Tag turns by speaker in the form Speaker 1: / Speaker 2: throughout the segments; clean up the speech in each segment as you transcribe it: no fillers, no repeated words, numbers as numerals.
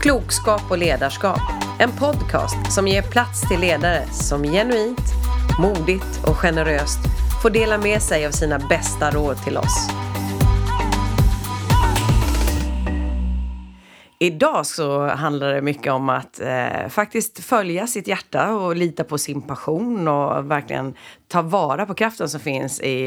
Speaker 1: Klokskap och ledarskap. En podcast som ger plats till ledare som genuint, modigt och generöst får dela med sig av sina bästa råd till oss. Idag så handlar det mycket om att faktiskt följa sitt hjärta och lita på sin passion och verkligen ta vara på kraften som finns i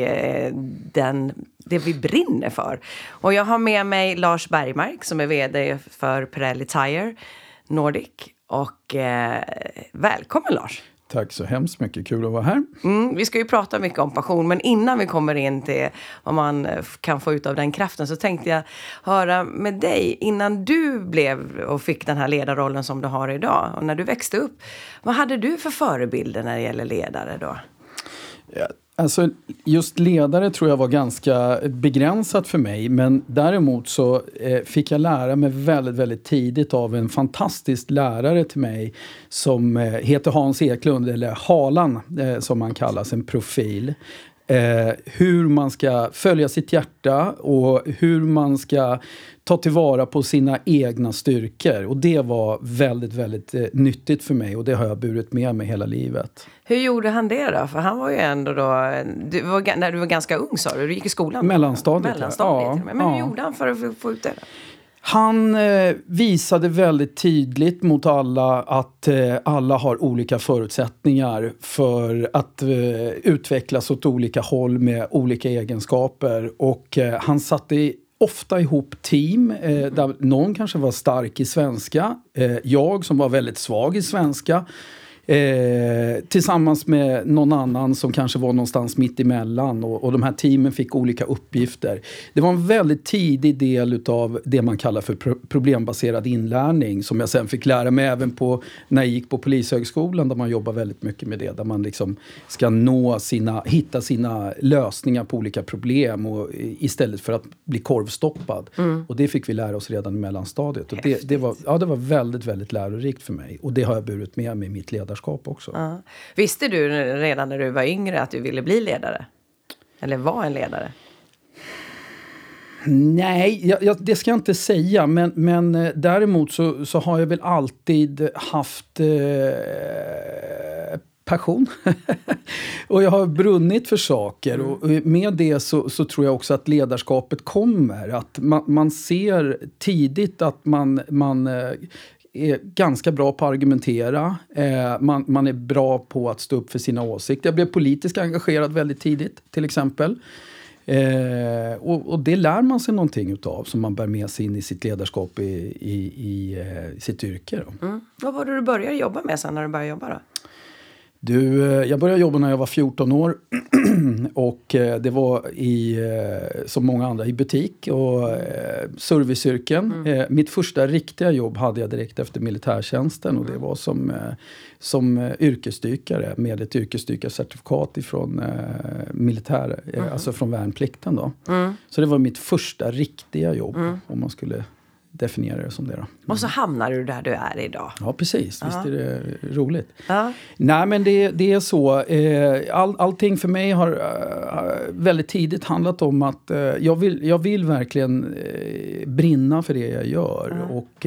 Speaker 1: det vi brinner för. Och jag har med mig Lars Bergmark som är vd för Pirelli Tire Nordic. Och välkommen Lars!
Speaker 2: Tack så hemskt mycket, kul att vara här.
Speaker 1: Vi ska ju prata mycket om passion, men innan vi kommer in till vad man kan få ut av den kraften så tänkte jag höra med dig, innan du blev och fick den här ledarrollen som du har idag och när du växte upp, vad hade du för förebilder när det gäller ledare då?
Speaker 2: Ja, alltså just ledare tror jag var ganska begränsat för mig, men däremot så fick jag lära mig väldigt, väldigt tidigt av en fantastisk lärare till mig som heter Hans Eklund, eller Halan som man kallas, en profil. Hur man ska följa sitt hjärta och hur man ska ta tillvara på sina egna styrkor. Och det var väldigt, väldigt nyttigt för mig och det har jag burit med mig hela livet.
Speaker 1: Hur gjorde han det då? För han var ju ändå då, när du var ganska ung sa du gick i skolan?
Speaker 2: Mellanstadiet.
Speaker 1: Ja. Men hur gjorde han för att få ut det då?
Speaker 2: Han visade väldigt tydligt mot alla att alla har olika förutsättningar för att utvecklas åt olika håll med olika egenskaper. Och han satte ofta ihop team där någon kanske var stark i svenska. Jag som var väldigt svag i svenska. Tillsammans med någon annan som kanske var någonstans mitt emellan och de här teamen fick olika uppgifter. Det var en väldigt tidig del av det man kallar för problembaserad inlärning som jag sen fick lära mig även när jag gick på Polishögskolan där man jobbar väldigt mycket med det, där man liksom ska hitta sina lösningar på olika problem och istället för att bli korvstoppad. Och det fick vi lära oss redan i mellanstadiet och det var väldigt, väldigt lärorikt för mig och det har jag burit med mig i mitt ledarskap också.
Speaker 1: Ja. Visste du redan när du var yngre att du ville bli ledare? Eller vara en ledare?
Speaker 2: Nej, det ska jag inte säga. Men däremot så har jag väl alltid haft passion. Och jag har brunnit för saker. Och med det så tror jag också att ledarskapet kommer. Att man ser tidigt att man är ganska bra på att argumentera. Man är bra på att stå upp för sina åsikter. Jag blev politiskt engagerad väldigt tidigt, till exempel. Och det lär man sig någonting utav som man bär med sig in i sitt ledarskap i sitt yrke. Då.
Speaker 1: Vad var det du började jobba med sen när du började jobba då?
Speaker 2: Jag började jobba när jag var 14 år och det var som många andra i butik och serviceyrken. Mitt första riktiga jobb hade jag direkt efter militärtjänsten och det var som yrkesdykare med ett yrkesdykarcertifikat ifrån alltså från värnplikten då. Så det var mitt första riktiga jobb om man skulle definiera det som det då.
Speaker 1: Och så hamnar du där du är idag.
Speaker 2: Ja, precis. Visst är det roligt.
Speaker 1: Ja.
Speaker 2: Nej, men det är så. Allting för mig har väldigt tidigt handlat om att jag vill verkligen brinna för det jag gör. Och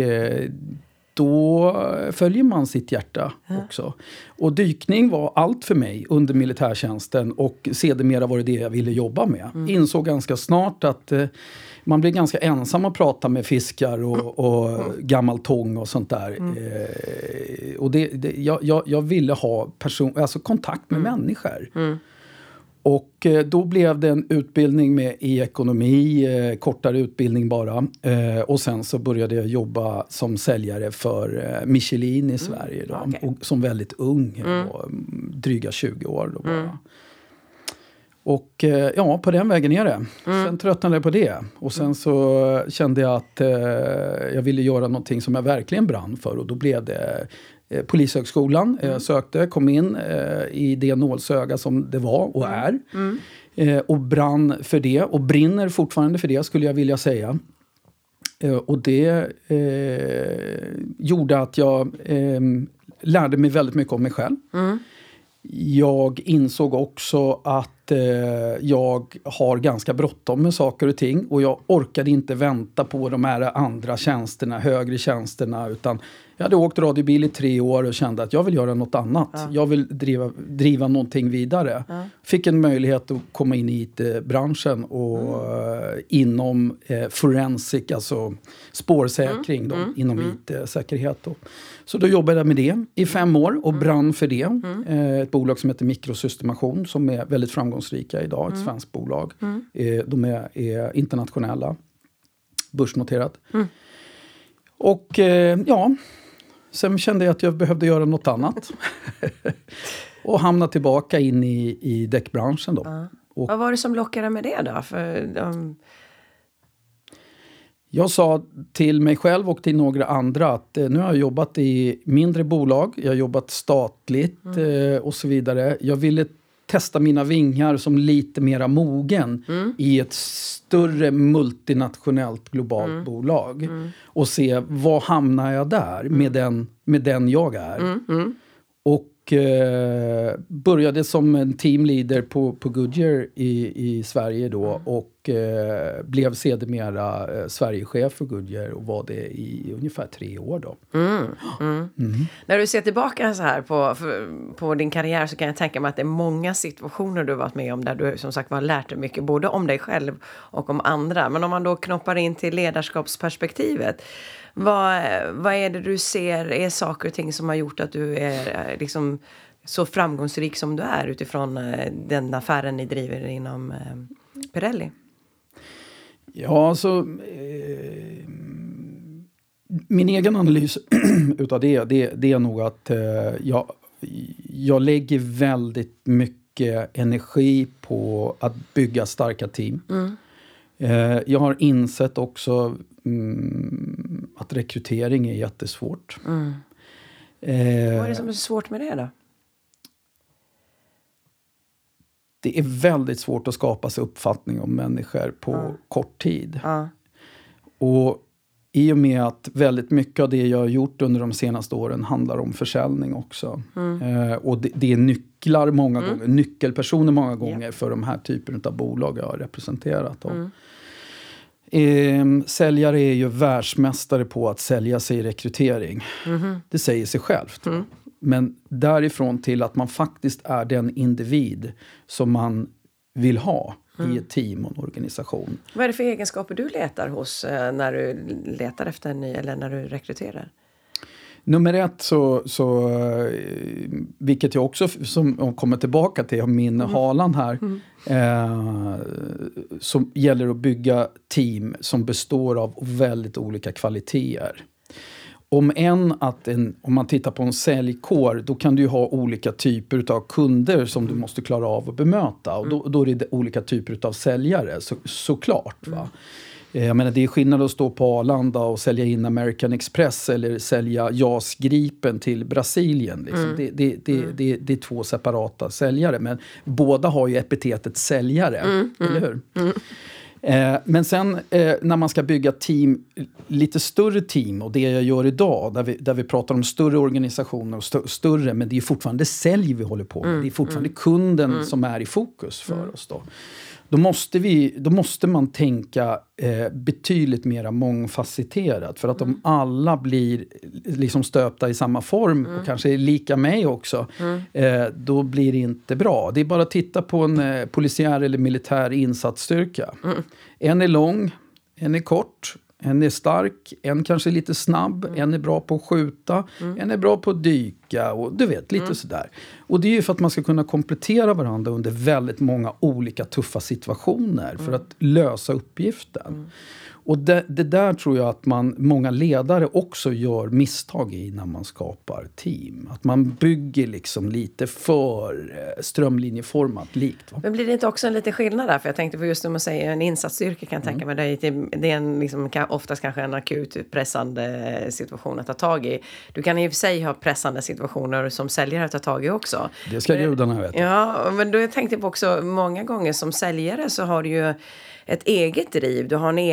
Speaker 2: då följer man sitt hjärta också. Och dykning var allt för mig under militärtjänsten och sedermera var det jag ville jobba med. Insåg ganska snart att man blir ganska ensam att prata med fiskar och gammal tång och sånt där. Och jag ville ha kontakt med människor. Och då blev det en utbildning i ekonomi, kortare utbildning bara. Och sen så började jag jobba som säljare för Michelin i Sverige då.
Speaker 1: Okay.
Speaker 2: Och som väldigt ung, dryga 20 år då bara. Och på den vägen är det. Sen tröttnade jag på det. Och sen så kände jag att jag ville göra någonting som jag verkligen brann för. Och då blev det Polishögskolan. Sökte, kom in i det nålsöga som det var och är. Och brann för det. Och brinner fortfarande för det skulle jag vilja säga. Och det gjorde att jag lärde mig väldigt mycket om mig själv. Jag insåg också att jag har ganska bråttom med saker och ting. Och jag orkade inte vänta på de här andra tjänsterna, högre tjänsterna. Utan jag hade åkt radiobil i 3 år och kände att jag vill göra något annat. Ja. Jag vill driva någonting vidare. Ja. Fick en möjlighet att komma in i IT-branschen och inom forensic, alltså spårsäkring då, inom IT-säkerhet. Då. Så då jobbade jag med det i 5 år och brann för det. Ett bolag som heter Mikrosystemation som är väldigt framgångsrika idag, ett svenskt bolag. De är internationella, börsnoterat. Och sen kände jag att jag behövde göra något annat. Och hamna tillbaka in i däckbranschen då. Och
Speaker 1: vad var det som lockade med det då?
Speaker 2: Jag sa till mig själv och till några andra att nu har jag jobbat i mindre bolag. Jag har jobbat statligt och så vidare. Jag ville testa mina vingar som lite mera mogen i ett större multinationellt globalt bolag. Och se, vad hamnar jag där med den jag är. Och började som en teamleader på Goodyear i Sverige då. Och blev sedermera Sverigechef för Goodyear och var det i ungefär 3 år då.
Speaker 1: När du ser tillbaka så här på din karriär så kan jag tänka mig att det är många situationer du har varit med om där du som sagt har lärt dig mycket både om dig själv och om andra. Men om man då knoppar in till ledarskapsperspektivet, vad är det du ser är saker och ting som har gjort att du är liksom så framgångsrik som du är utifrån den affären ni driver inom Pirelli?
Speaker 2: Ja, alltså min egen analys utav det är nog att jag lägger väldigt mycket energi på att bygga starka team. Jag har insett också att rekrytering är jättesvårt.
Speaker 1: Vad är det som är så svårt med det då?
Speaker 2: Det är väldigt svårt att skapa sig uppfattning om människor på kort tid. Och i och med att väldigt mycket av det jag har gjort under de senaste åren handlar om försäljning också. Och det är nycklar många gånger, nyckelpersoner många gånger för de här typen av bolag jag har representerat. Säljare är ju världsmästare på att sälja sig i rekrytering. Det säger sig självt. Men därifrån till att man faktiskt är den individ som man vill ha i ett team och en organisation.
Speaker 1: Vad är det för egenskaper du letar hos när du letar efter en ny eller när du rekryterar?
Speaker 2: Nummer 1 så vilket jag också som kommer tillbaka till min Haaland här så gäller att bygga team som består av väldigt olika kvaliteter. Om man tittar på en säljkår, då kan du ju ha olika typer av kunder som du måste klara av att bemöta. Och då är det olika typer av säljare, såklart. Va? Jag menar, det är skillnad att stå på Arlanda och sälja in American Express eller sälja JAS Gripen till Brasilien. Liksom. Det är 2 separata säljare, men båda har ju epitetet säljare, eller hur? Men sen när man ska bygga team, lite större team och det jag gör idag där vi pratar om större organisationer och större, men det är fortfarande sälj vi håller på med. Det är fortfarande kunden som är i fokus för oss då. Då måste man tänka betydligt mer mångfacetterat. För att om alla blir liksom stöpta i samma form och kanske är lika mig också, då blir det inte bra. Det är bara att titta på en polisiär eller militär insatsstyrka. En är lång, en är kort, en är stark, en kanske är lite snabb, en är bra på att skjuta, en är bra på att dyka och du vet, lite sådär. Och det är ju för att man ska kunna komplettera varandra under väldigt många olika tuffa situationer för att lösa uppgiften. Och det där tror jag att många ledare också gör misstag i när man skapar team. Att man bygger liksom lite för strömlinjeformat likt. Va?
Speaker 1: Men blir det inte också en liten skillnad där? För jag tänkte på just när man säger en insatsstyrka kan jag tänka mig. Det är en, liksom, oftast kanske en akut pressande situation att ta tag i. Du kan i och för sig ha pressande situationer som säljare att ta tag i också.
Speaker 2: Det ska gudarna veta.
Speaker 1: Ja, men då tänkte jag på också många gånger som säljare så har du ju ett eget driv. Du har en egen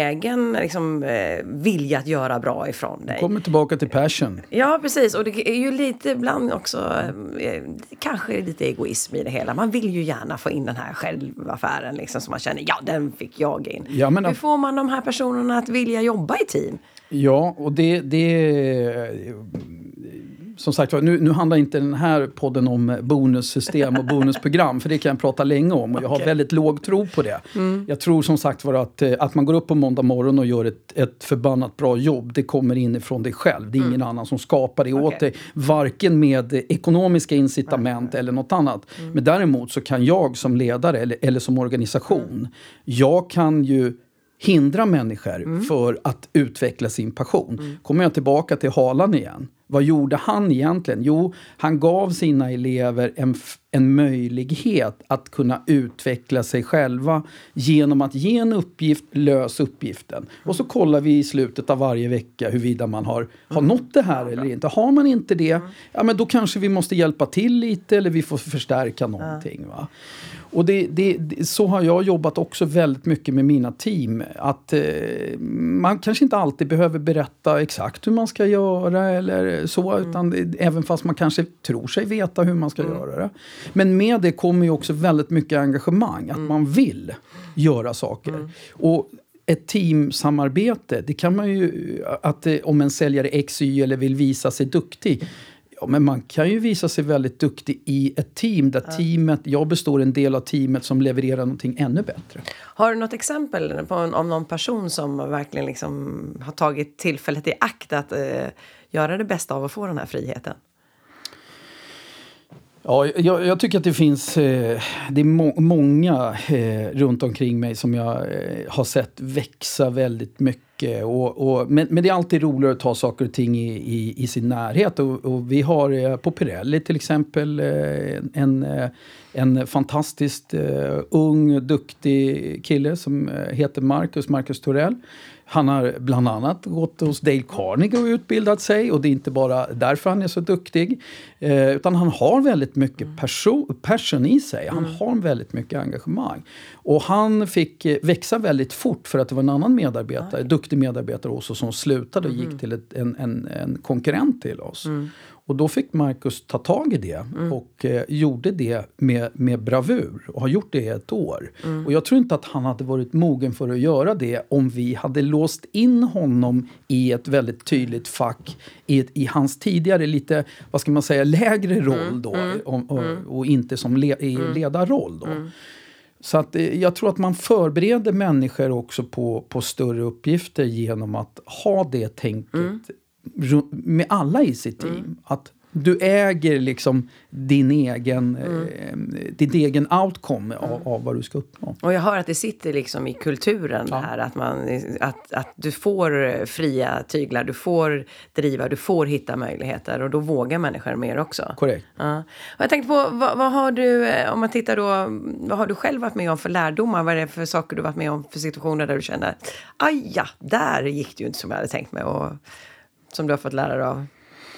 Speaker 1: egen liksom, vilja att göra bra ifrån dig.
Speaker 2: Kommer tillbaka till passion.
Speaker 1: Ja, precis. Och det är ju lite ibland också kanske lite egoism i det hela. Man vill ju gärna få in den här självaffären liksom, som man känner, ja, den fick jag in.
Speaker 2: Ja, men,
Speaker 1: hur får man de här personerna att vilja jobba i team?
Speaker 2: Ja, och det som sagt, nu handlar inte den här podden om bonussystem och bonusprogram, för det kan jag prata länge om och jag har väldigt låg tro på det. Jag tror som sagt var att man går upp på måndag morgon och gör ett förbannat bra jobb, det kommer inifrån dig själv. Det är ingen annan som skapar det åt dig, varken med ekonomiska incitament eller något annat. Men däremot så kan jag som ledare eller som organisation, jag kan ju hindra människor för att utveckla sin passion. Kommer jag tillbaka till Halan igen. Vad gjorde han egentligen? Jo, han gav sina elever en möjlighet att kunna utveckla sig själva genom att ge en uppgift, lös uppgiften. Och så kollar vi i slutet av varje vecka huruvida man har nått det här eller inte. Har man inte det, ja, men då kanske vi måste hjälpa till lite eller vi får förstärka någonting. Va? Och så har jag jobbat också väldigt mycket med mina team. Att man kanske inte alltid behöver berätta exakt hur man ska göra eller så. Utan även fast man kanske tror sig veta hur man ska göra det. Men med det kommer ju också väldigt mycket engagemang. Att man vill göra saker. Och ett teamsamarbete, det kan man ju, att om en säljare X, Y eller vill visa sig duktig. Ja, men man kan ju visa sig väldigt duktig i ett team där jag består en del av teamet som levererar någonting ännu bättre.
Speaker 1: Har du något exempel om någon person som verkligen liksom har tagit tillfället i akt att göra det bästa av att få den här friheten?
Speaker 2: Ja, jag tycker att det finns det är många runt omkring mig som jag har sett växa väldigt mycket. Men det är alltid roligare att ta saker och ting i sin närhet. Och vi har på Pirelli till exempel en fantastiskt ung, duktig kille som heter Marcus Torell. Han har bland annat gått hos Dale Carnegie och utbildat sig. Och det är inte bara därför han är så duktig. Utan han har väldigt mycket passion i sig. Han har väldigt mycket engagemang. Och han fick växa väldigt fort för att det var en annan medarbetare. Duktig medarbetare också som slutade och gick till en konkurrent till oss. Och då fick Marcus ta tag i det och gjorde det med bravur och har gjort det i ett år. Och jag tror inte att han hade varit mogen för att göra det om vi hade låst in honom i ett väldigt tydligt fack i hans tidigare lite, vad ska man säga, lägre roll då och inte som ledarroll då. Så att jag tror att man förbereder människor också på större uppgifter genom att ha det tänket med alla i sitt team. Att du äger liksom din egen outcome av vad du ska uppnå.
Speaker 1: Och jag hör att det sitter liksom i kulturen här att du får fria tyglar, du får driva, du får hitta möjligheter och då vågar människor mer också.
Speaker 2: Korrekt.
Speaker 1: Ja. Och jag tänkte på, vad har du, om man tittar då, vad har du själv varit med om för lärdomar? Vad är det för saker du varit med om för situationer där du känner, ja, där gick det ju inte som jag hade tänkt mig och som du har fått lära dig av?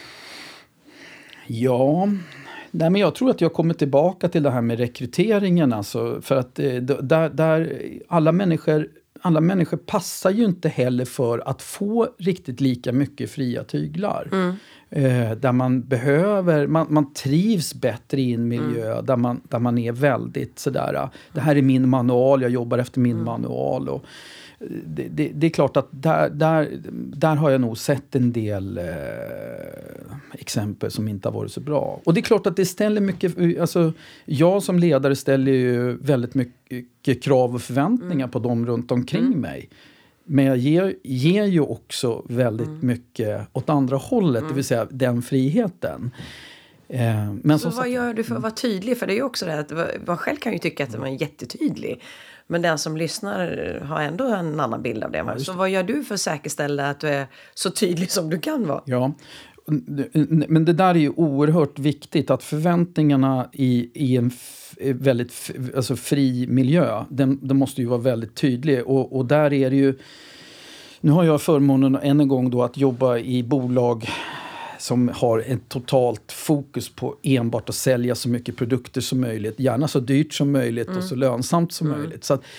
Speaker 2: Ja, men jag tror att jag kommer tillbaka till det här med rekryteringen. Alltså, för att där alla människor passar ju inte heller för att få riktigt lika mycket fria tyglar. Där man trivs bättre i en miljö där man är väldigt sådär, det här är min manual, jag jobbar efter min manual och det är klart att där har jag nog sett en del exempel som inte har varit så bra. Och det är klart att det ställer mycket, alltså jag som ledare ställer ju väldigt mycket krav och förväntningar på dem runt omkring mig. Men jag ger ju också väldigt mycket åt andra hållet, det vill säga den friheten. Men
Speaker 1: så vad gör du för att vara tydlig? För det är ju också det att man själv kan ju tycka att man är jättetydlig. Men den som lyssnar har ändå en annan bild av det. Så vad gör du för att säkerställa att du är så tydlig som du kan vara?
Speaker 2: Ja, men det där är ju oerhört viktigt. Att förväntningarna i en väldigt fri miljö, den måste ju vara väldigt tydlig. Och där är det ju... Nu har jag förmånen än en gång då att jobba i bolag som har ett totalt fokus på enbart att sälja så mycket produkter som möjligt. Gärna så dyrt som möjligt och så lönsamt som möjligt. Så att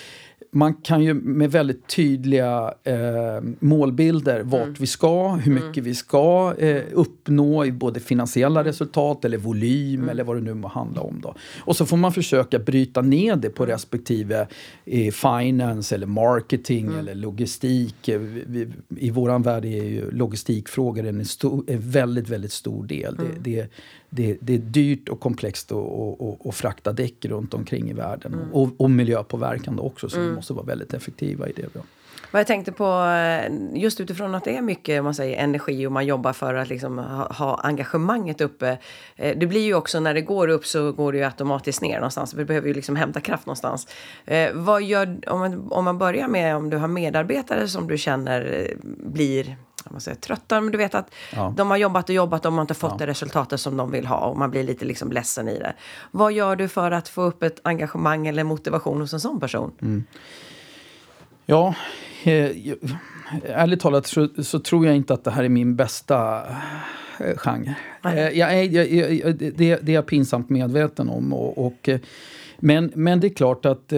Speaker 2: man kan ju med väldigt tydliga målbilder vart vi ska, hur mycket vi ska uppnå i både finansiella resultat eller volym eller vad det nu må handla om då. Och så får man försöka bryta ner det på respektive finance eller marketing eller logistik. I våran värld är ju logistikfrågor en väldigt, väldigt stor del. Det är dyrt och komplext att frakta däck runt omkring i världen. Och miljöpåverkande också, så vi måste vara väldigt effektiva i det. Då.
Speaker 1: Vad jag tänkte på, just utifrån att det är mycket man säger, energi och man jobbar för att liksom ha engagemanget uppe. Det blir ju också, när det går upp så går det ju automatiskt ner någonstans. Vi behöver ju liksom hämta kraft någonstans. Vad gör, om man börjar med, om du har medarbetare som du känner blir... man säger, trötta, men du vet att de har jobbat och de har inte fått det resultatet som de vill ha och man blir lite liksom ledsen i det. Vad gör du för att få upp ett engagemang eller motivation hos en sån person?
Speaker 2: Ja, ärligt talat så tror jag inte att det här är min bästa genre. Det är jag pinsamt medveten om men det är klart att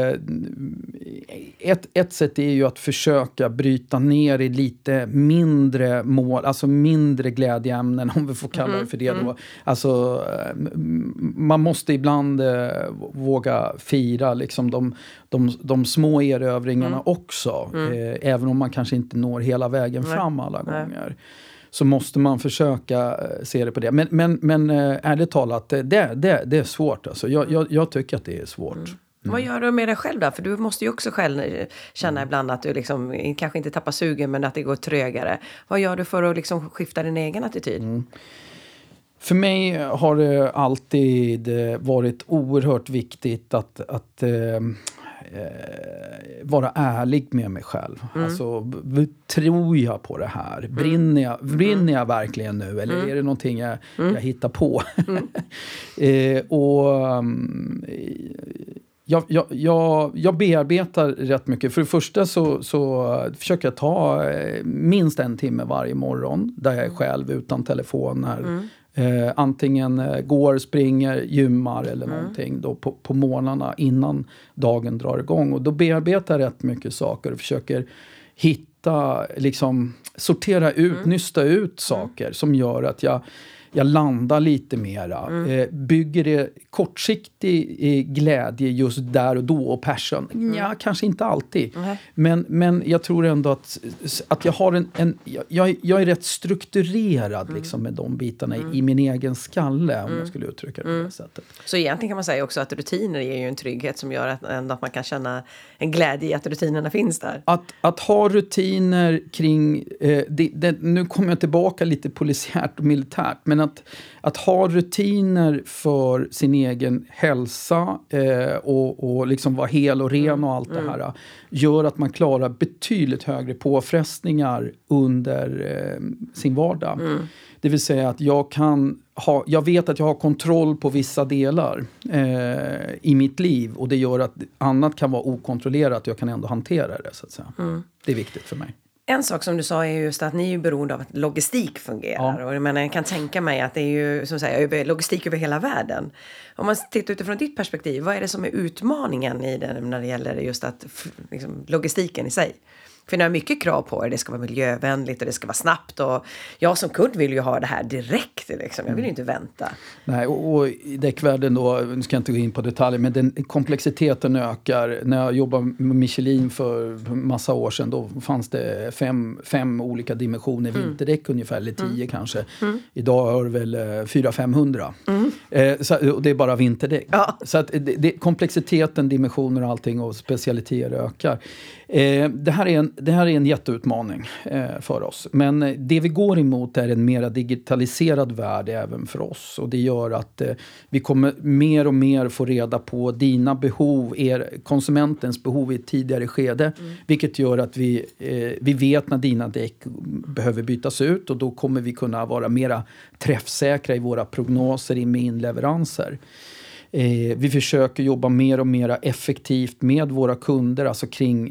Speaker 2: ett sätt är ju att försöka bryta ner i lite mindre mål, alltså mindre glädjeämnen, om vi får kalla det för det då. Alltså man måste ibland våga fira liksom de små erövringarna också, även om man kanske inte når hela vägen fram alla gånger. Så måste man försöka se det på det. Men ärligt talat, det är svårt. Alltså. Jag tycker att det är svårt.
Speaker 1: Vad gör du med dig själv då? För du måste ju också själv känna ibland att du liksom, kanske inte tappar sugen, men att det går trögare. Vad gör du för att liksom skifta din egen attityd?
Speaker 2: För mig har det alltid varit oerhört viktigt att vara ärlig med mig själv. Alltså, tror jag på det här? Brinner jag verkligen nu? Eller är det någonting jag hittar på? Jag bearbetar rätt mycket. För det första så försöker jag ta minst 1 timme varje morgon där jag är själv utan telefoner. Antingen går, springer, gymmar eller någonting då på morgnarna innan dagen drar igång. Och då bearbetar jag rätt mycket saker och försöker hitta, liksom sortera ut, nysta ut saker som gör att jag landar lite mera. Bygger det kortsiktig glädje just där och då och passion? Ja, kanske inte alltid. Men jag tror ändå att jag har jag är rätt strukturerad liksom med de bitarna i min egen skalle, om jag skulle uttrycka det på det sättet.
Speaker 1: Så egentligen kan man säga också att rutiner ger ju en trygghet som gör att man kan känna en glädje i att rutinerna finns där.
Speaker 2: Att ha rutiner kring nu kommer jag tillbaka lite polisiärt och militärt, men att ha rutiner för sin egen hälsa och liksom vara hel och ren och allt det här gör att man klarar betydligt högre påfrestningar under sin vardag. Det vill säga att jag vet att jag har kontroll på vissa delar i mitt liv, och det gör att annat kan vara okontrollerat och jag kan ändå hantera det, så att säga. Det är viktigt för mig.
Speaker 1: En sak som du sa är just att ni är beroende av att logistik fungerar. Och jag kan tänka mig att det är ju, som säger, logistik över hela världen. Om man tittar utifrån ditt perspektiv, vad är det som är utmaningen i det när det gäller just att, liksom, logistiken i sig? För ni har mycket krav på er. Det ska vara miljövänligt och det ska vara snabbt. Och jag som kund vill ju ha det här direkt. Liksom. Jag vill ju inte vänta.
Speaker 2: Nej, och i däckvärlden då, nu ska jag inte gå in på detaljer, men komplexiteten ökar. När jag jobbade med Michelin för massa år sedan, då fanns det fem olika dimensioner vinterdäck ungefär, eller 10 kanske. Idag har det väl 400-500. Och det är bara vinterdäck. Ja. Så att komplexiteten, dimensioner och allting och specialiteter ökar. Det här är en jätteutmaning för oss. Men det vi går emot är en mer digitaliserad värld även för oss. Och det gör att vi kommer mer och mer få reda på dina behov, konsumentens behov i ett tidigare skede. Vilket gör att vi vet när dina däck behöver bytas ut. Och då kommer vi kunna vara mera träffsäkra i våra prognoser med inleveranser. Vi försöker jobba mer och mer effektivt med våra kunder, alltså kring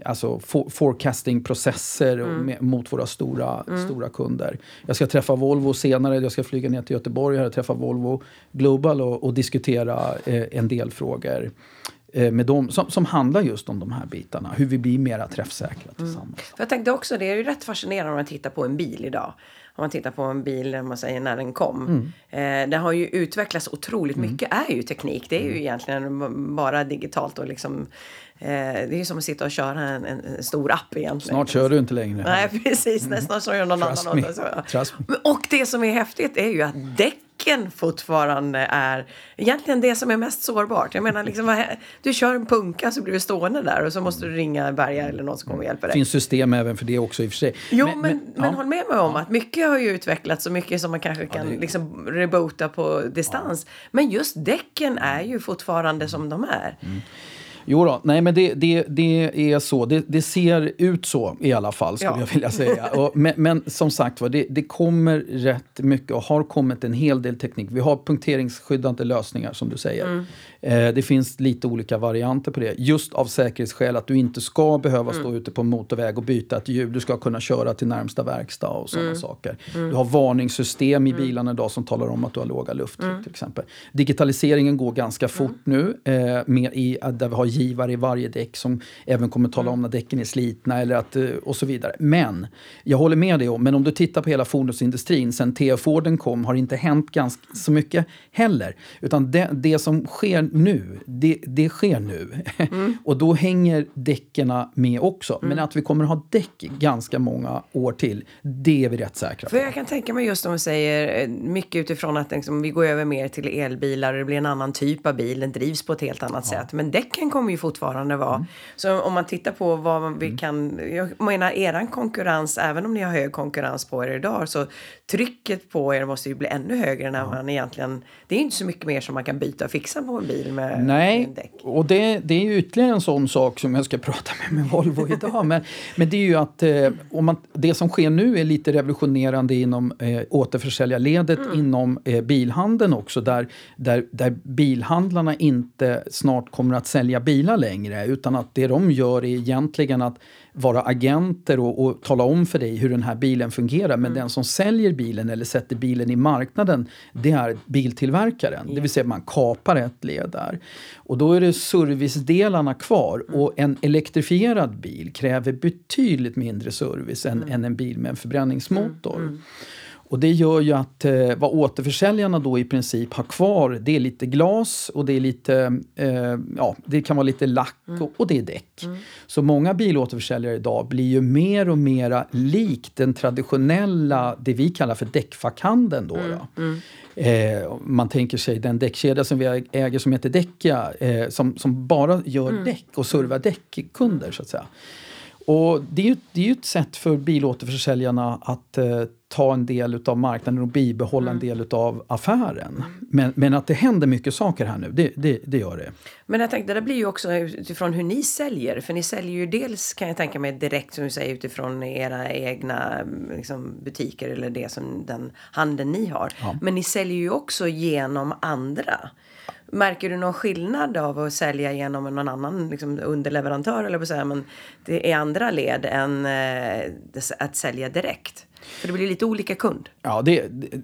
Speaker 2: forecasting-processer mot våra stora kunder. Jag ska träffa Volvo senare, jag ska flyga ner till Göteborg och träffa Volvo Global och diskutera en del frågor med dem som handlar just om de här bitarna. Hur vi blir mera träffsäkra tillsammans.
Speaker 1: För jag tänkte också, det är ju rätt fascinerande om man tittar på en bil idag. Om man tittar på en bil, om man säger när den kom. Det har ju utvecklats otroligt mycket, är ju teknik. Det är ju egentligen bara digitalt och liksom... det är ju som att sitta och köra en stor app egentligen.
Speaker 2: Snart kör du inte längre.
Speaker 1: Nej, precis. Snart kör jag någon annan åt. Och det som är häftigt är ju att däcken fortfarande är egentligen det som är mest sårbart. Jag menar, liksom, du kör en punka så blir du stående där och så måste du ringa Berga eller någon som kommer och hjälper dig.
Speaker 2: Det finns system även för det också i och för sig.
Speaker 1: Jo, men håll med mig om att mycket har ju utvecklats så mycket som man kanske kan liksom reboota på distans. Men just däcken är ju fortfarande som de är.
Speaker 2: Jo då, nej men det är så. Det ser ut så i alla fall skulle jag vilja säga. Men som sagt var, det kommer rätt mycket och har kommit en hel del teknik. Vi har punkteringsskyddande lösningar som du säger. Det finns lite olika varianter på det. Just av säkerhetsskäl att du inte ska behöva stå ute på en motorväg och byta ett hjul. Du ska kunna köra till närmsta verkstad och sådana saker. Du har varningssystem i bilarna idag som talar om att du har låga lufttryck till exempel. Digitaliseringen går ganska fort nu där vi har givare i varje däck som även kommer tala om när däcken är slitna eller att, och så vidare. Men jag håller med dig om, men om du tittar på hela fordonsindustrin sen TF-Forden kom har inte hänt ganska så mycket heller. Utan det som sker nu, det sker nu. Och då hänger däckerna med också. Men att vi kommer att ha däck ganska många år till, det är vi rätt säkra på.
Speaker 1: För jag kan tänka mig just om vi säger mycket utifrån att liksom, vi går över mer till elbilar och det blir en annan typ av bil, den drivs på ett helt annat sätt. Men däcken kommer ju fortfarande vara. Så om man tittar på vad vi kan, jag menar eran konkurrens, även om ni har hög konkurrens på er idag, så trycket på er måste ju bli ännu högre när man egentligen, det är inte så mycket mer som man kan byta och fixa på en bil med en däck.
Speaker 2: Och det är ju ytterligare en sån sak som jag ska prata med Volvo idag. Men det är ju att det som sker nu är lite revolutionerande inom återförsäljarledet inom bilhandeln också, där bilhandlarna inte snart kommer att sälja bilar längre, utan att det de gör är egentligen att vara agenter och tala om för dig hur den här bilen fungerar. Men den som säljer bilen eller sätter bilen i marknaden, det är biltillverkaren. Det vill säga man kapar ett led där. Och då är det servicedelarna kvar. Och en elektrifierad bil kräver betydligt mindre service än en bil med en förbränningsmotor. Och det gör ju att vad återförsäljarna då i princip har kvar, det är lite glas och det är lite, det kan vara lite lack och det är däck. Så många bilåterförsäljare idag blir ju mer och mer likt den traditionella, det vi kallar för däckfackhandeln då. Man tänker sig den däckkedja som vi äger som heter Däckia, som bara gör däck och servar däckkunder så att säga. Och det är ju ett sätt för bilåterförsäljarna att ta en del av marknaden och bibehålla en del av affären. Men att det händer mycket saker här nu, det gör det.
Speaker 1: Men jag tänkte, det blir ju också utifrån hur ni säljer. För ni säljer ju dels, kan jag tänka mig, direkt som du säger, utifrån era egna liksom, butiker eller det som den handeln ni har. Ja. Men ni säljer ju också genom andra. Märker du någon skillnad av att sälja genom någon annan liksom, underleverantör eller på så här, men det är andra led än att sälja direkt? För det blir lite olika kund.
Speaker 2: Ja, det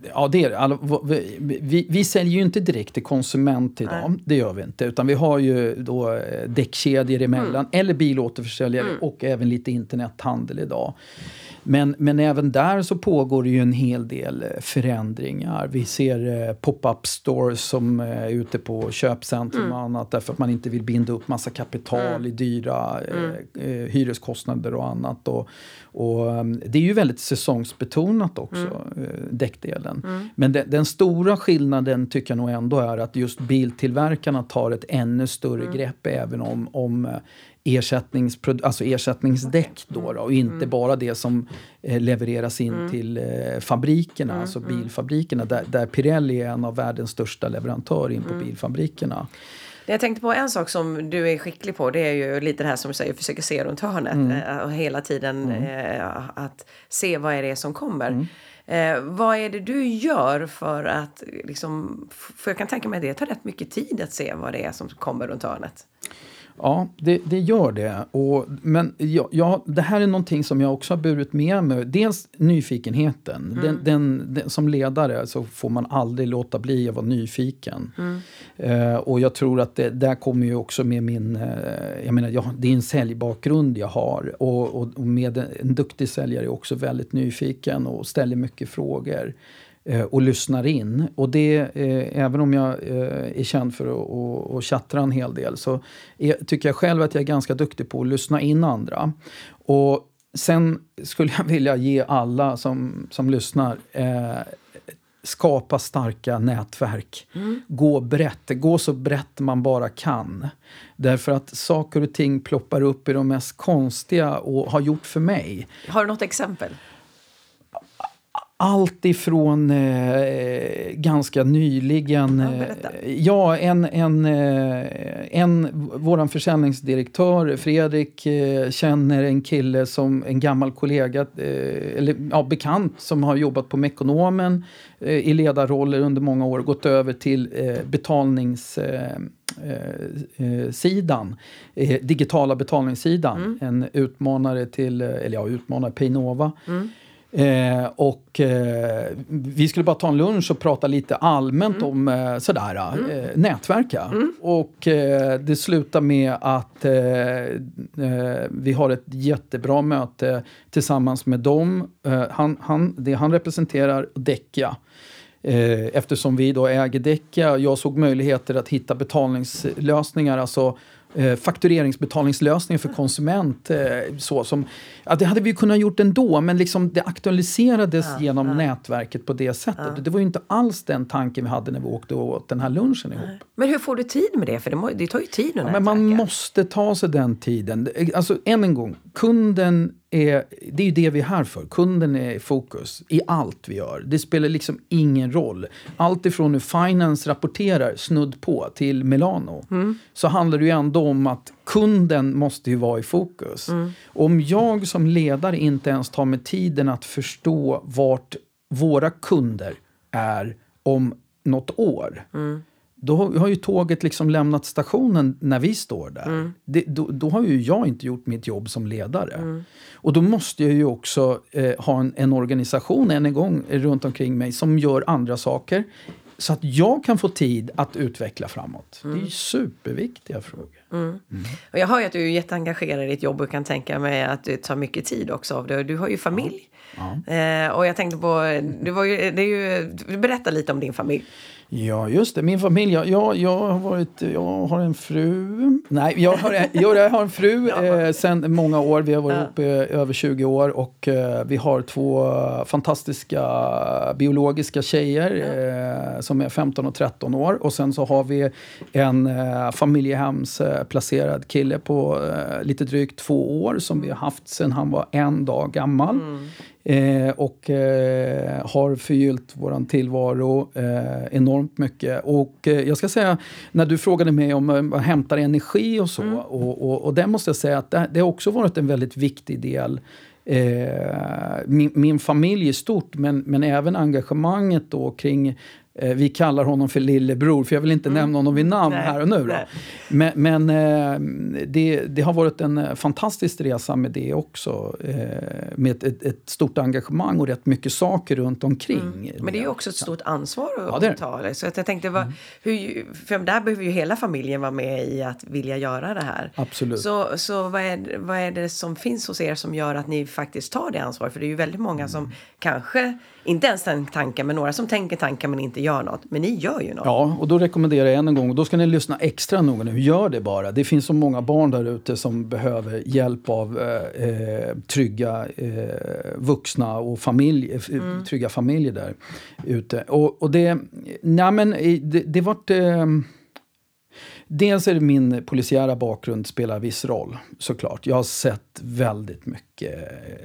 Speaker 2: är vi säljer ju inte direkt till konsument idag. Nej. Det gör vi inte. Utan vi har ju då däckkedjor emellan. Eller bilåterförsäljare och även lite internethandel idag. Men även där så pågår det ju en hel del förändringar. Vi ser pop-up stores som är ute på köpcentrum och annat. Därför att man inte vill binda upp massa kapital i dyra hyreskostnader och annat. Och det är ju väldigt säsongsbetonat också, däckdelen. Men den stora skillnaden tycker jag nog ändå är att just biltillverkarna tar ett ännu större grepp även om ersättningsdäck då, och inte bara det som levereras in till fabrikerna, alltså bilfabrikerna, där Pirelli är en av världens största leverantörer in på bilfabrikerna.
Speaker 1: Jag tänkte på en sak som du är skicklig på, det är ju lite det här som du säger, försöka se runt hörnet och hela tiden att se vad är det som kommer. Vad är det du gör för att liksom, för jag kan tänka mig att det tar rätt mycket tid att se vad det är som kommer runt hörnet.
Speaker 2: Ja, det gör det. Men det här är någonting som jag också har burit med mig. Dels nyfikenheten. Den, som ledare så får man aldrig låta bli att vara nyfiken. Och jag tror att där kommer ju också med min... jag menar, det är en säljbakgrund jag har. Och med en duktig säljare är också väldigt nyfiken och ställer mycket frågor. Och lyssnar in. Och det, även om jag är känd för att chattra en hel del, så tycker jag själv att jag är ganska duktig på att lyssna in andra. Och sen skulle jag vilja ge alla som lyssnar skapa starka nätverk. Gå brett, gå så brett man bara kan. Därför att saker och ting ploppar upp i de mest konstiga och har gjort för mig.
Speaker 1: Har du något exempel?
Speaker 2: Allt ifrån ganska nyligen... våran försäljningsdirektör Fredrik känner en kille som en gammal kollega, bekant som har jobbat på Mekonomen i ledarroller under många år, gått över till betalningssidan, digitala betalningssidan. En utmanare till, utmanare Paynova. Vi skulle bara ta en lunch och prata lite allmänt om nätverka. Och det slutar med att vi har ett jättebra möte tillsammans med dem. Han representerar Däcka. Eftersom vi då äger Däcka, jag såg möjligheter att hitta betalningslösningar, alltså faktureringsbetalningslösningar för konsument, det hade vi kunnat gjort ändå, men liksom det aktualiserades genom nätverket på det sättet. Det var ju inte alls den tanken vi hade när vi åkte åt den här lunchen ihop.
Speaker 1: Men hur får du tid med det? För det tar ju tid att
Speaker 2: men man måste ta sig den tiden. Alltså än en gång, kunden det är ju det vi är här för. Kunden är i fokus i allt vi gör. Det spelar liksom ingen roll. Allt ifrån hur Finance rapporterar snudd på till Milano. Så handlar det ju ändå om att kunden måste ju vara i fokus. Om jag som ledare inte ens tar mig tiden att förstå vart våra kunder är om något år. Då har ju tåget liksom lämnat stationen när vi står där. Då har ju jag inte gjort mitt jobb som ledare. Och då måste jag ju också ha en organisation en gång runt omkring mig som gör andra saker. Så att jag kan få tid att utveckla framåt. Det är ju superviktiga frågor.
Speaker 1: Och jag hör ju att du är jätteengagerad i ditt jobb och kan tänka mig att det tar mycket tid också av det. Du har ju familj. Och jag tänkte på, berätta lite om din familj.
Speaker 2: Ja, just det. Min familj, jag har en fru. Nej, jag har en fru sedan många år. Vi har varit ihop över 20 år och vi har 2 fantastiska biologiska tjejer som är 15 och 13 år. Och sen så har vi en familjehemsplacerad kille på lite drygt 2 år som vi har haft sedan han var 1 dag gammal. Och har förgyllt våran tillvaro enormt mycket. Och jag ska säga, när du frågade mig om man hämtar energi och så, och det måste jag säga att det har också varit en väldigt viktig del. Min familj är stort, men även engagemanget då kring, vi kallar honom för lillebror, för jag vill inte nämna honom vid namn här och nu då. Men det har varit en fantastisk resa med det också, med ett stort engagemang och rätt mycket saker runt omkring.
Speaker 1: Men det är ju också ett stort ansvar att ta. Så att jag tänkte, för där behöver ju hela familjen vara med i att vilja göra det här.
Speaker 2: Absolut.
Speaker 1: Så vad är det som finns hos er som gör att ni faktiskt tar det ansvar? För det är ju väldigt många som kanske inte ens tänker tanken, men några som tänker tanken men inte gör något. Men ni gör ju något. Ja,
Speaker 2: och då rekommenderar jag en gång, och då ska ni lyssna extra noga nu. Gör det bara. Det finns så många barn där ute som behöver hjälp av trygga vuxna och trygga familjer där ute. Och det vart... Dels är det min polisiära bakgrund spelar viss roll, såklart. Jag har sett väldigt mycket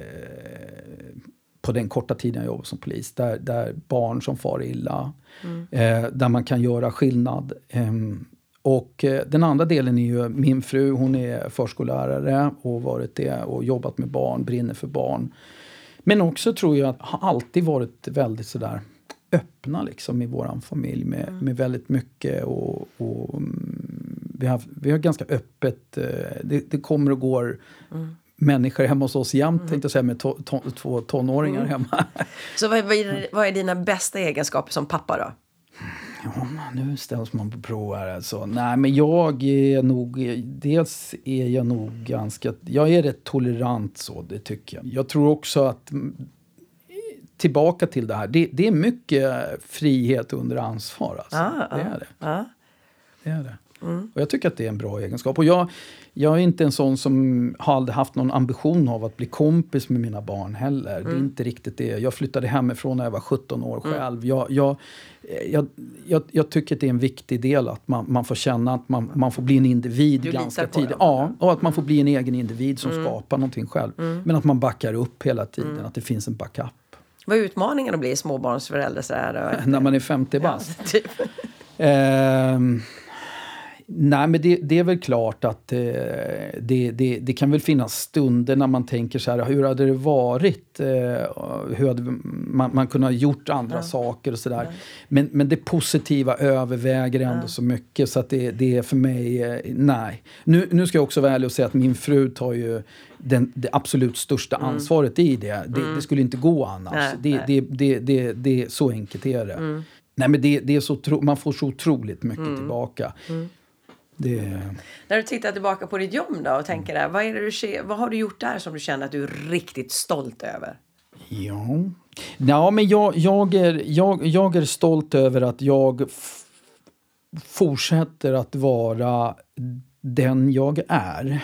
Speaker 2: på den korta tiden jag jobbar som polis. Där barn som far illa. Där man kan göra skillnad. Och den andra delen är ju min fru. Hon är förskollärare och varit det och jobbat med barn, brinner för barn. Men också tror jag att har alltid varit väldigt sådär öppna liksom i våran familj med väldigt mycket och vi har ganska öppet, det kommer och går människor hemma hos oss jämt, tänkte jag säga, med 2 tonåringar hemma.
Speaker 1: Så vad är dina bästa egenskaper som pappa då?
Speaker 2: Ja, nu ställs man på prov här alltså. Nej, men jag är nog, dels är jag nog ganska, jag är rätt tolerant så, det tycker jag. Jag tror också att, tillbaka till det här, det är mycket frihet under ansvar alltså. Det är det. Det är det. Och jag tycker att det är en bra egenskap. Och jag är inte en sån som har aldrig haft någon ambition av att bli kompis med mina barn heller. Det är inte riktigt det. Jag flyttade hemifrån när jag var 17 år själv. Jag tycker att det är en viktig del att man får känna att man får bli en individ ganska tidigt. Ja, och att man får bli en egen individ som skapar någonting själv. Men att man backar upp hela tiden, att det finns en backup.
Speaker 1: Vad är utmaningen att bli småbarnsförälder så här?
Speaker 2: När man är 50 bast.
Speaker 1: Ja, typ.
Speaker 2: Nej, men det är väl klart att det kan väl finnas stunder när man tänker så här, hur hade det varit? Hur hade man kunnat gjort andra saker och sådär. Men det positiva överväger ändå så mycket så att det är för mig, nej. Nu ska jag också vara ärlig och säga att min fru tar ju det absolut största ansvaret i det. Det skulle inte gå annars. Det så enkelt är det. Nej, men det är så man får så otroligt mycket tillbaka.
Speaker 1: När du tittar tillbaka på ditt jobb då och tänker där, vad har du gjort där som du känner att du är riktigt stolt över?
Speaker 2: Ja, men jag är stolt över att jag fortsätter att vara den jag är.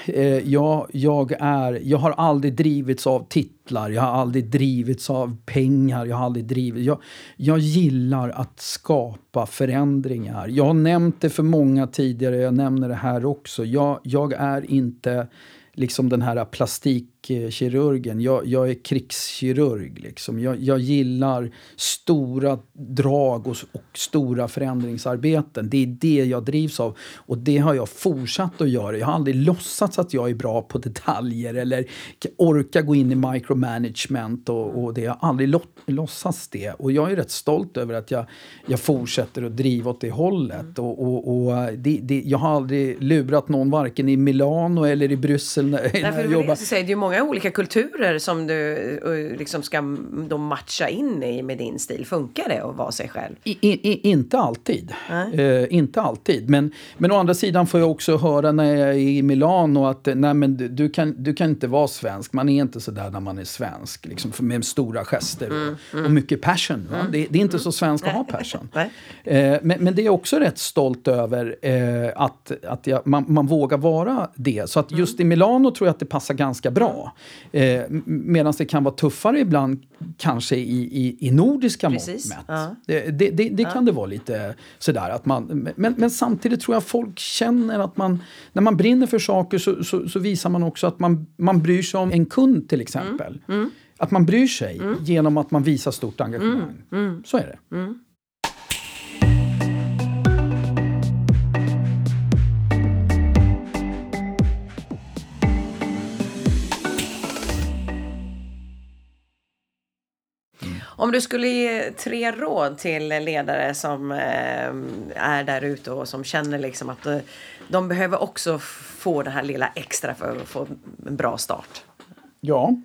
Speaker 2: Jag har aldrig drivits av titlar, jag har aldrig drivits av pengar, jag gillar att skapa förändringar. Jag har nämnt det för många tidigare, jag nämner det här också. Jag är inte liksom den här plastikkirurgen. Jag är krigskirurg liksom. Jag gillar stora drag och stora förändringsarbeten. Det är det jag drivs av. Och det har jag fortsatt att göra. Jag har aldrig låtsats att jag är bra på detaljer eller orkar gå in i micromanagement och det. Jag har aldrig låtsats det. Och jag är rätt stolt över att jag fortsätter att driva åt det hållet. Och jag har aldrig lurat någon varken i Milano eller i Bryssel.
Speaker 1: Därför det är ju många olika kulturer som du liksom ska då matcha in i med din stil. Funkar det att vara sig själv?
Speaker 2: Inte alltid. Inte alltid. Men å andra sidan får jag också höra när jag är i Milano att nej, men du kan inte vara svensk. Man är inte så där när man är svensk. Liksom, med stora gester och mycket passion. Va? Det är inte så svensk att ha passion. Men det är också rätt stolt över att man vågar vara det. Så att just i Milano tror jag att det passar ganska bra. Medan det kan vara tuffare ibland kanske i nordiska mått mätt. Det kan det vara lite sådär att men samtidigt tror jag folk känner att när man brinner för saker så visar man också att man bryr sig om en kund till exempel. Att man bryr sig genom att man visar stort engagemang. Så är det.
Speaker 1: Om du skulle ge 3 råd till ledare som är där ute och som känner liksom att de behöver också få det här lilla extra för att få en bra start.
Speaker 2: Ja.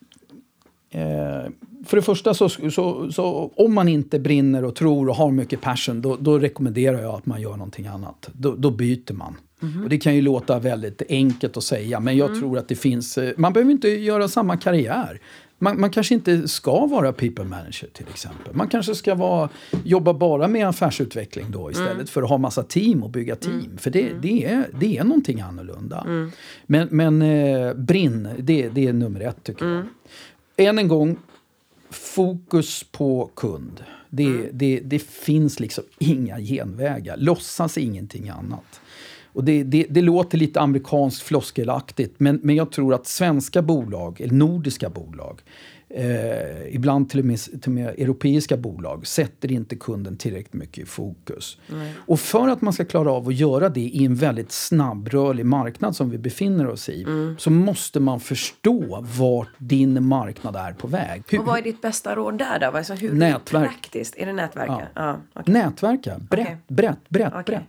Speaker 2: För det första så om man inte brinner och tror och har mycket passion då rekommenderar jag att man gör någonting annat. Då byter man. Och det kan ju låta väldigt enkelt att säga, men jag tror att det finns, man behöver inte göra samma karriär. Man kanske inte ska vara people manager till exempel. Man kanske ska jobba bara med affärsutveckling då istället för att ha massa team och bygga team. För det är någonting annorlunda. Men brinn, det är nummer 1 tycker jag. Än en gång, fokus på kund. Det finns liksom inga genvägar. Låtsas ingenting annat. Och det låter lite amerikanskt floskelaktigt, men jag tror att svenska bolag, eller nordiska bolag, ibland till och med europeiska bolag sätter inte kunden tillräckligt mycket i fokus. Och för att man ska klara av att göra det i en väldigt snabbrörlig marknad som vi befinner oss i, så måste man förstå vart din marknad är på väg.
Speaker 1: Och vad är ditt bästa råd där då? Alltså, hur
Speaker 2: nätverk.
Speaker 1: Praktiskt? Är det nätverka?
Speaker 2: Ja.
Speaker 1: Okay.
Speaker 2: Nätverka. Brett.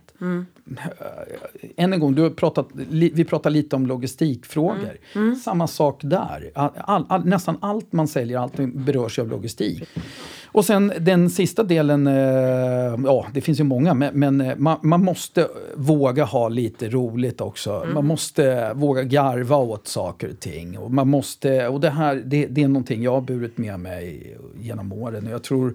Speaker 2: Än en gång, vi pratar lite om logistikfrågor. Samma sak där. Nästan allt man säljer, allt berörs av logistik. Och sen den sista delen, det finns ju många, men man måste våga ha lite roligt också. Man måste våga garva åt saker och ting. Och man måste, och det här, det är någonting jag har burit med mig genom åren. Och jag tror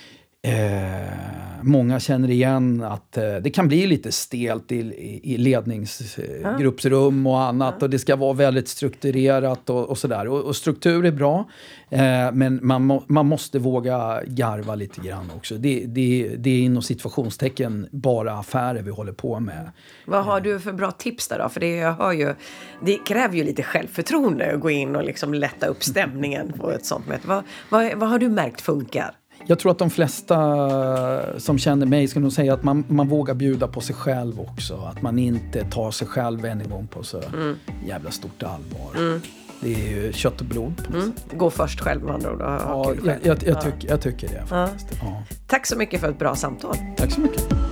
Speaker 2: många känner igen att det kan bli lite stelt i ledningsgruppsrum och annat, och det ska vara väldigt strukturerat och sådär, och struktur är bra, men man måste våga garva lite grann också. Det är inom situationstecken bara affärer vi håller på med.
Speaker 1: Vad har du för bra tips där då? För jag hör ju, det kräver ju lite självförtroende att gå in och liksom lätta upp stämningen på ett sånt möte. Vad har du märkt funkar?
Speaker 2: Jag tror att de flesta som känner mig ska nog säga att man vågar bjuda på sig själv också. Att man inte tar sig själv en gång på så jävla stort allvar. Det är ju kött och blod på något sätt.
Speaker 1: Gå först själv med andra ord.
Speaker 2: Jag tycker det faktiskt. Ja.
Speaker 1: Tack så mycket för ett bra samtal.
Speaker 2: Tack så mycket.